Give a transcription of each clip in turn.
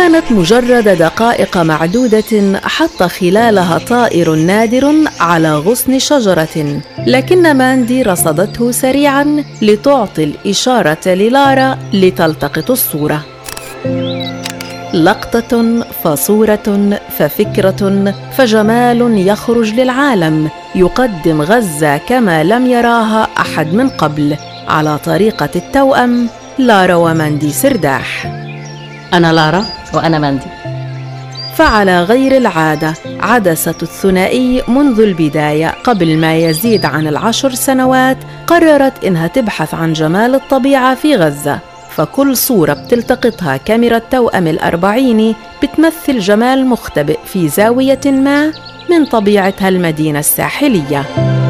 كانت مجرد دقائق معدودة حط خلالها طائر نادر على غصن شجرة، لكن ماندي رصدته سريعاً لتعطي الإشارة للارا لتلتقط الصورة. لقطة فصورة ففكرة فجمال يخرج للعالم، يقدم غزة كما لم يراها أحد من قبل، على طريقة التوأم لارا وماندي سرداح. أنا لارا وأنا ماندي. فعلى غير العادة عدسة الثنائي منذ البداية، قبل ما يزيد عن 10 سنوات قررت إنها تبحث عن جمال الطبيعة في غزة، فكل صورة بتلتقطها كاميرا توأم الأربعيني بتمثل جمال مختبئ في زاوية ما من طبيعتها المدينة الساحلية.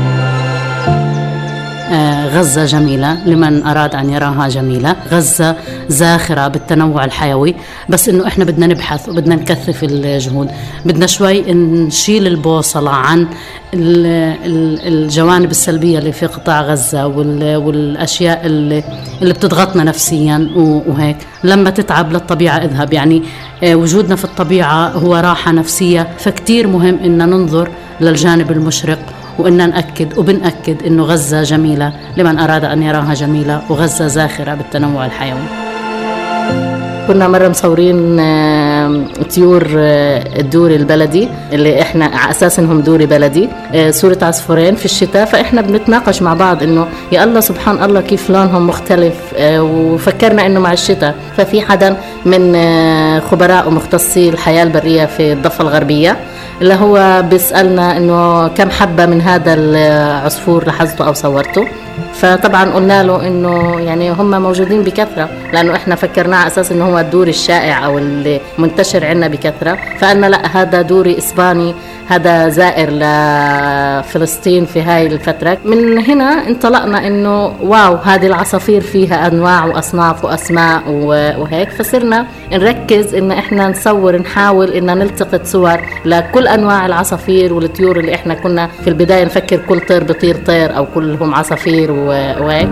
غزة جميلة لمن أراد أن يراها جميلة. غزة زاخرة بالتنوع الحيوي، بس إنه إحنا بدنا نبحث وبدنا نكثف الجهود، بدنا شوي نشيل البوصلة عن الجوانب السلبية اللي في قطاع غزة والأشياء اللي بتضغطنا نفسيا وهيك. لما تتعب للطبيعة اذهب، يعني وجودنا في الطبيعة هو راحة نفسية، فكتير مهم إن ننظر للجانب المشرق وإن نأكد وبنأكد إنه غزة جميلة لمن أراد أن يراها جميلة، وغزة زاخرة بالتنوع الحيوي. كنا مرة مصورين طيور الدوري البلدي اللي إحنا على أساس إنهم دوري بلدي، صورة عصفورين في الشتاء، فإحنا بنتناقش مع بعض إنه يا الله سبحان الله كيف لونهم مختلف، وفكرنا إنه مع الشتاء. ففي حدا من خبراء ومختصي الحياة البرية في الضفة الغربية اللي هو بيسألنا إنه كم حبة من هذا العصفور لاحظته أو صورته، فطبعا قلنا له إنه يعني هم موجودين بكثرة، لأنه إحنا فكرناه على أساس إنه هو الدوري الشائع أو اللي منتشر عنا بكثرة، فقالنا لا هذا دوري إسباني، هذا زائر لفلسطين في هاي الفترة. من هنا انطلقنا إنه واو هذه العصافير فيها أنواع وأصناف وأسماء وهيك، فصرنا نركز إن إحنا نصور، نحاول إن نلتقط صور لكل أنواع العصافير والطيور اللي إحنا كنا في البداية نفكر كل طير بطير طير أو كلهم عصافير وهيك.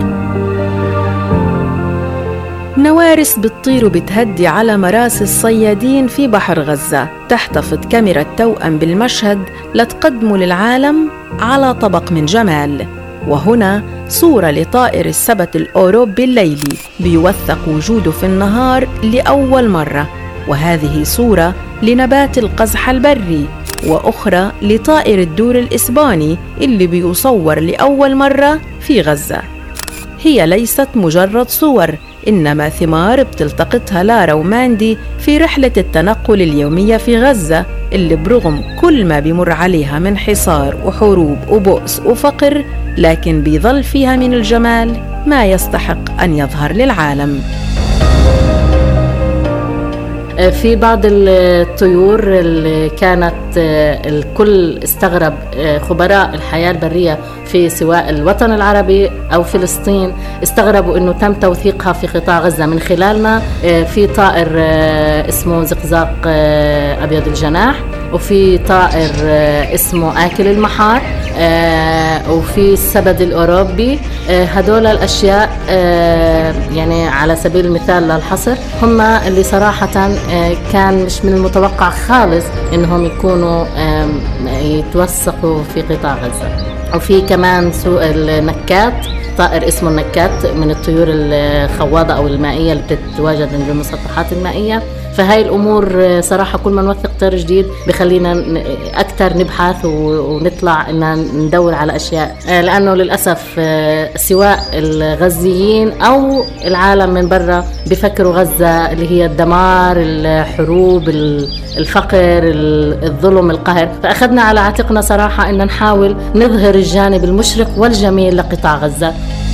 نوارس بتطير وبتهدي على مراسي الصيادين في بحر غزة، تحتفظ كاميرا التوأم بالمشهد لتقدمه للعالم على طبق من جمال. وهنا صورة لطائر السبت الأوروبي الليلي بيوثق وجوده في النهار لأول مرة، وهذه صورة لنبات القزح البري، وأخرى لطائر الدور الإسباني اللي بيصور لأول مرة في غزة. هي ليست مجرد صور، إنما ثمار بتلتقطها لارا وماندي في رحلة التنقل اليومية في غزة، اللي برغم كل ما بيمر عليها من حصار وحروب وبؤس وفقر، لكن بيظل فيها من الجمال ما يستحق أن يظهر للعالم. في بعض الطيور اللي كانت الكل استغرب، خبراء الحياة البرية في سواء الوطن العربي أو فلسطين استغربوا أنه تم توثيقها في قطاع غزة من خلالنا. في طائر اسمه زقزاق أبيض الجناح، وفي طائر اسمه آكل المحار، وفي السبد الأوروبي. هدول الأشياء يعني على سبيل المثال للحصر هم اللي صراحة كان مش من المتوقع خالص إنهم يكونوا يتوثقوا في قطاع غزة. وفي كمان سوق النكات، طائر اسمه النكات من الطيور الخواضة أو المائية اللي بتتواجد عند المسطحات المائية. فهاي الأمور صراحة كل ما نوثق طير جديد بخلينا أكتر نبحث ونطلع إن ندور على أشياء، لأنه للأسف سواء الغزيين أو العالم من برا بيفكروا غزة اللي هي الدمار، الحروب، الفقر، الظلم، القهر. فأخذنا على عاتقنا صراحة إن نحاول نظهر الجانب المشرق والجميل لقطاع غزة.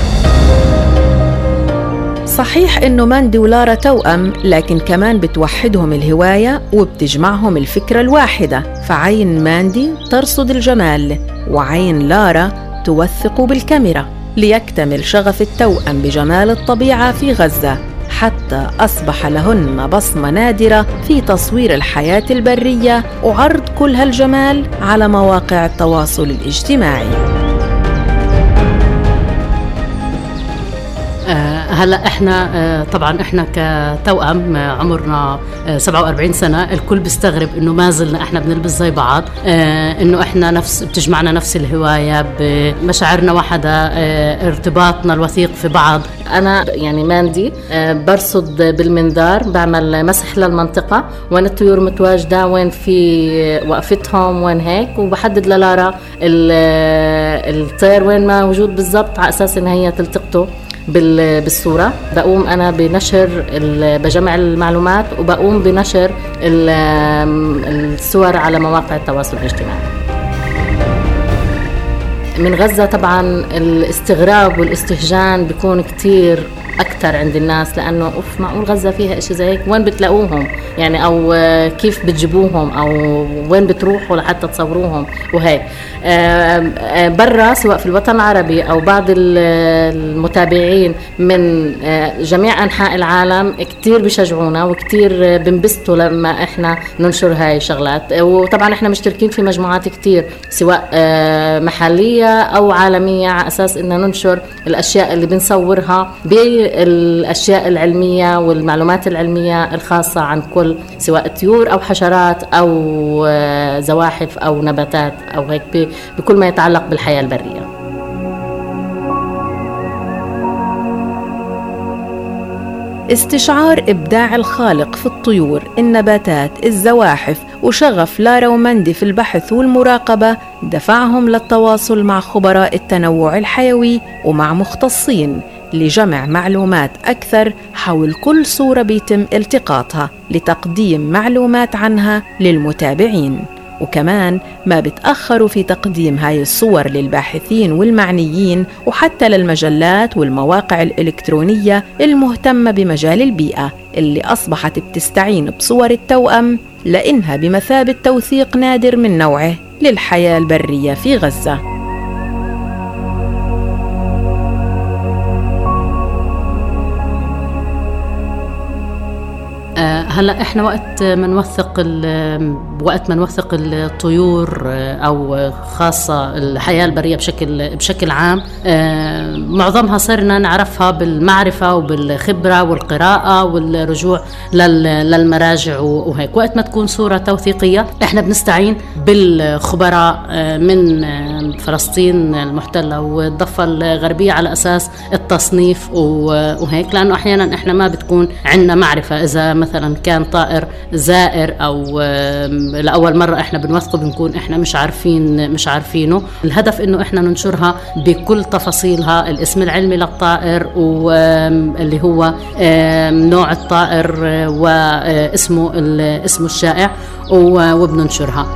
صحيح إنه ماندي ولارا توأم، لكن كمان بتوحدهم الهواية وبتجمعهم الفكرة الواحدة، فعين ماندي ترصد الجمال وعين لارا توثق بالكاميرا، ليكتمل شغف التوأم بجمال الطبيعة في غزة، حتى أصبح لهن بصمة نادرة في تصوير الحياة البرية وعرض كل هالجمال على مواقع التواصل الاجتماعي. هلا احنا طبعا احنا كتوأم عمرنا 47 سنة، الكل بيستغرب انه ما زلنا احنا بنلبس زي بعض، انه احنا بتجمعنا نفس الهواية، بمشاعرنا واحدة، ارتباطنا الوثيق في بعض. انا يعني ماندي برصد بالمنظار، بعمل مسح للمنطقة وين الطيور متواجدة، وين في وقفتهم، وين هيك، وبحدد للارا الطير وين ما موجود بالضبط على اساس ان هي تلتقطه بالصورة. بقوم أنا بجمع المعلومات، وبقوم بنشر الصور على مواقع التواصل الاجتماعي. من غزة طبعا الاستغراب والاستهجان بيكون كتير أكتر عند الناس، لأنه معقول غزة فيها إشي زي هيك؟ وين بتلاقوهم يعني، أو كيف بتجيبوهم، أو وين بتروحوا لحتى تصوروهم وهيك. برا سواء في الوطن العربي أو بعض المتابعين من جميع أنحاء العالم كتير بيشجعونا وكتير بنبسطوا لما إحنا ننشر هاي الشغلات. وطبعا إحنا مشتركين في مجموعات كتير سواء محلية أو عالمية، على أساس إن ننشر الأشياء اللي بنصورها بالأشياء العلمية والمعلومات العلمية الخاصة عن كل سواء طيور أو حشرات أو زواحف أو نباتات أو هيك، بكل ما يتعلق بالحياة البرية. استشعار إبداع الخالق في الطيور، النباتات، الزواحف، وشغف لارا وماندي في البحث والمراقبة دفعهم للتواصل مع خبراء التنوع الحيوي ومع مختصين لجمع معلومات أكثر حول كل صورة بيتم التقاطها لتقديم معلومات عنها للمتابعين. وكمان ما بتأخروا في تقديم هاي الصور للباحثين والمعنيين، وحتى للمجلات والمواقع الإلكترونية المهتمة بمجال البيئة اللي أصبحت بتستعين بصور التوأم لأنها بمثابة توثيق نادر من نوعه للحياة البرية في غزة. هلا احنا وقت ما نوثق الطيور او خاصه الحياه البريه بشكل عام، معظمها صرنا نعرفها بالمعرفه وبالخبره والقراءه والرجوع للمراجع وهيك. وقت ما تكون صوره توثيقيه احنا بنستعين بالخبراء من فلسطين المحتله والضفه الغربيه على اساس التصنيف وهيك، لانه احيانا احنا ما بتكون عندنا معرفه اذا مثلا كان طائر زائر او لاول مره احنا بنوثقه، بنكون احنا مش عارفينه. الهدف انه احنا ننشرها بكل تفاصيلها، الاسم العلمي للطائر واللي هو نوع الطائر واسمه الشائع، وبننشرها.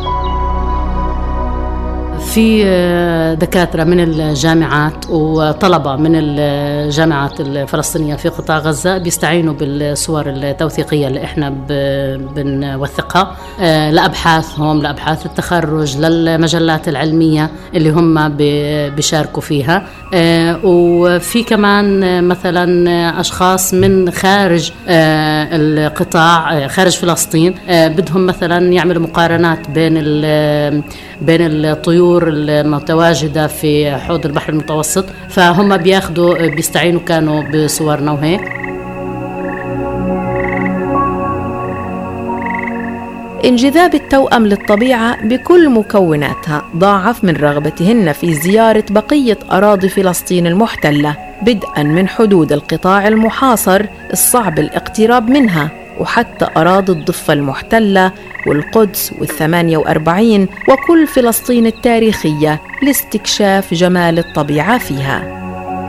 في دكاترة من الجامعات وطلبة من الجامعات الفلسطينية في قطاع غزة بيستعينوا بالصور التوثيقية اللي احنا بنوثقها لأبحاثهم، لأبحاث التخرج، للمجلات العلمية اللي هم بيشاركوا فيها. وفي كمان مثلا أشخاص من خارج القطاع، خارج فلسطين، بدهم مثلا يعملوا مقارنات بين الطيور المتواجدة في حوض البحر المتوسط، فهم بيستعينوا كانوا بصورنا وهيك. انجذاب التوأم للطبيعة بكل مكوناتها ضاعف من رغبتهن في زيارة بقية أراضي فلسطين المحتلة، بدءاً من حدود القطاع المحاصر الصعب الاقتراب منها، وحتى أراضي الضفة المحتلة والقدس وال48 وكل فلسطين التاريخية لاستكشاف جمال الطبيعة فيها.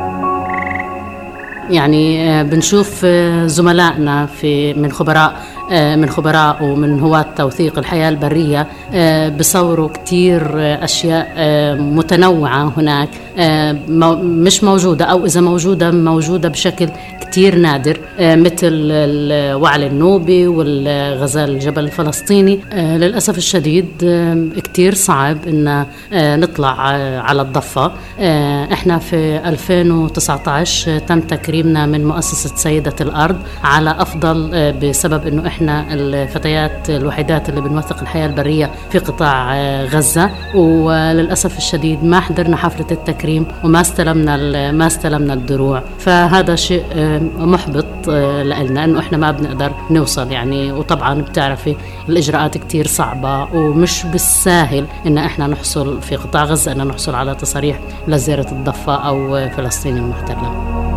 يعني بنشوف زملائنا من خبراء ومن هواة توثيق الحياة البرية بصوروا كتير أشياء متنوعة هناك مش موجودة، أو إذا موجودة بشكل كتير نادر، مثل الوعل النوبي والغزال الجبل الفلسطيني. للأسف الشديد كتير صعب إن نطلع على الضفة. إحنا في 2019 تم تكريمنا من مؤسسة سيدة الأرض على أفضل، بسبب إنه إحنا الفتيات الوحيدات اللي بنوثق الحياة البرية في قطاع غزة. وللأسف الشديد ما حضرنا حفلة التكريم وما استلمنا الدروع، فهذا شيء محبط لنا إنه إحنا ما بنقدر نوصل يعني. وطبعا بتعرفي الإجراءات كتير صعبة ومش بالساهل إن إحنا نحصل في قطاع غزة إن نحصل على تصاريح لزيارة الضفة أو فلسطين المحتلة.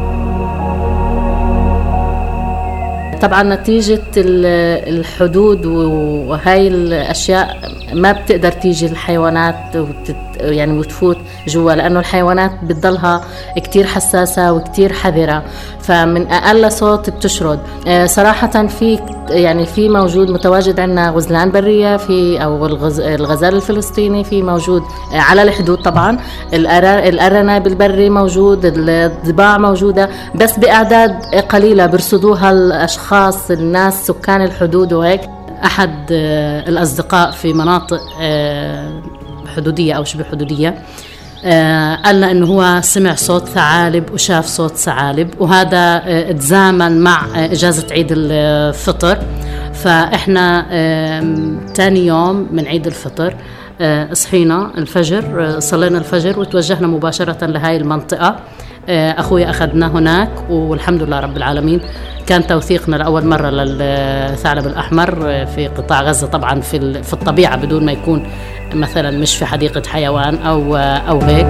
طبعا نتيجة الحدود وهاي الأشياء ما بتقدر تيجي الحيوانات يعني وتفوت جوا، لأنه الحيوانات بتضلها كتير حساسة وكتير حذرة، فمن أقل صوت بتشرد. صراحة في موجود متواجد عندنا غزلان برية أو الغزال الفلسطيني في موجود على الحدود. طبعا الأرنب البري موجود، الضباع موجودة، بس بأعداد قليلة برصدوها الأشخاص الناس سكان الحدود. وهيك أحد الأصدقاء في مناطق حدودية أو شبه حدودية قال لنا إنه هو سمع صوت ثعالب وشاف صوت ثعالب، وهذا تزامن مع إجازة عيد الفطر. فإحنا تاني يوم من عيد الفطر صحينا الفجر، صلينا الفجر وتوجهنا مباشرة لهاي المنطقة. أخوي أخذنا هناك والحمد لله رب العالمين كان توثيقنا لأول مرة للثعلب الأحمر في قطاع غزة، طبعا في الطبيعة بدون ما يكون مثلا مش في حديقة حيوان أو هيك.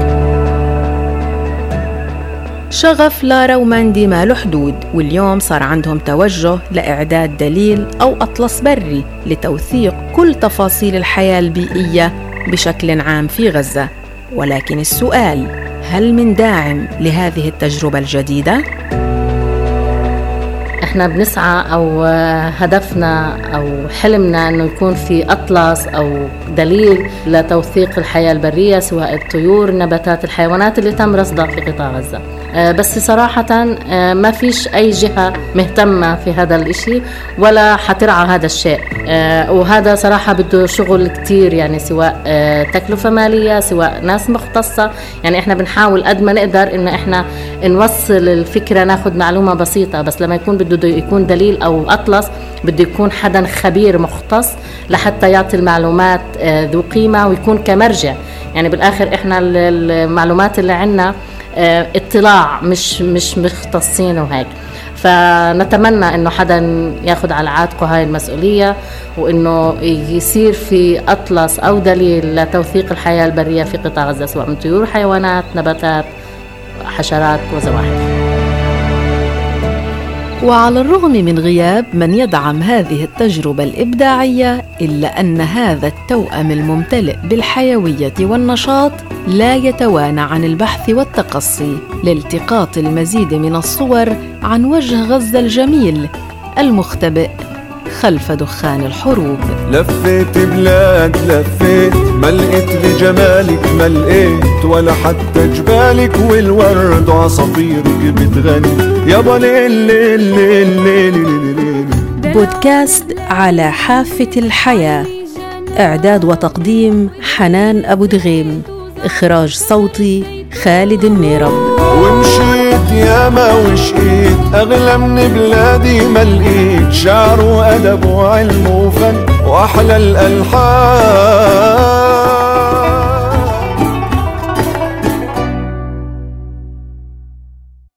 شغف لارا وماندي ما له حدود، واليوم صار عندهم توجه لإعداد دليل أو أطلس بري لتوثيق كل تفاصيل الحياة البيئية بشكل عام في غزة. ولكن السؤال، هل من داعم لهذه التجربة الجديدة؟ احنا بنسعى او هدفنا او حلمنا انه يكون في اطلس او دليل لتوثيق الحياة البرية، سواء الطيور، النباتات، الحيوانات اللي تم رصدها في قطاع غزة. بس صراحة ما فيش اي جهة مهتمة في هذا الاشي ولا حترعى هذا الشيء. وهذا صراحة بده شغل كتير، يعني سواء تكلفة مالية سواء ناس مختصة. يعني احنا بنحاول قد ما نقدر ان احنا نوصل الفكرة، ناخد معلومة بسيطة، بس لما يكون بده يكون دليل أو أطلس بده يكون حدا خبير مختص لحتى يعطي المعلومات ذو قيمة ويكون كمرجع. يعني بالآخر إحنا المعلومات اللي عنا اطلاع مش مختصين وهيك. فنتمنى إنه حدا ياخد على عاتقه هاي المسؤولية، وإنه يصير في أطلس أو دليل لتوثيق الحياة البرية في قطاع غزة، سواء من طيور، حيوانات، نباتات، حشرات وزواحف. وعلى الرغم من غياب من يدعم هذه التجربة الإبداعية، إلا أن هذا التوأم الممتلئ بالحيوية والنشاط لا يتوانى عن البحث والتقصي لالتقاط المزيد من الصور عن وجه غزة الجميل المختبئ خلف دخان الحروب. لفيت بلاد لفيت، ما لقيت بجمالك ما لقيت، ولا حتى جبالك والورد وعصافيرك بتغني يابا ليل ليل ليل ليل ليل. بودكاست على حافة الحياة، إعداد وتقديم حنان أبو دغيم، إخراج صوتي خالد النيرب. ومشيت ياما وشقيت، أغلى من بلادي ما لقيت، شعر وأدب وعلم وفن وأحلى الألحان.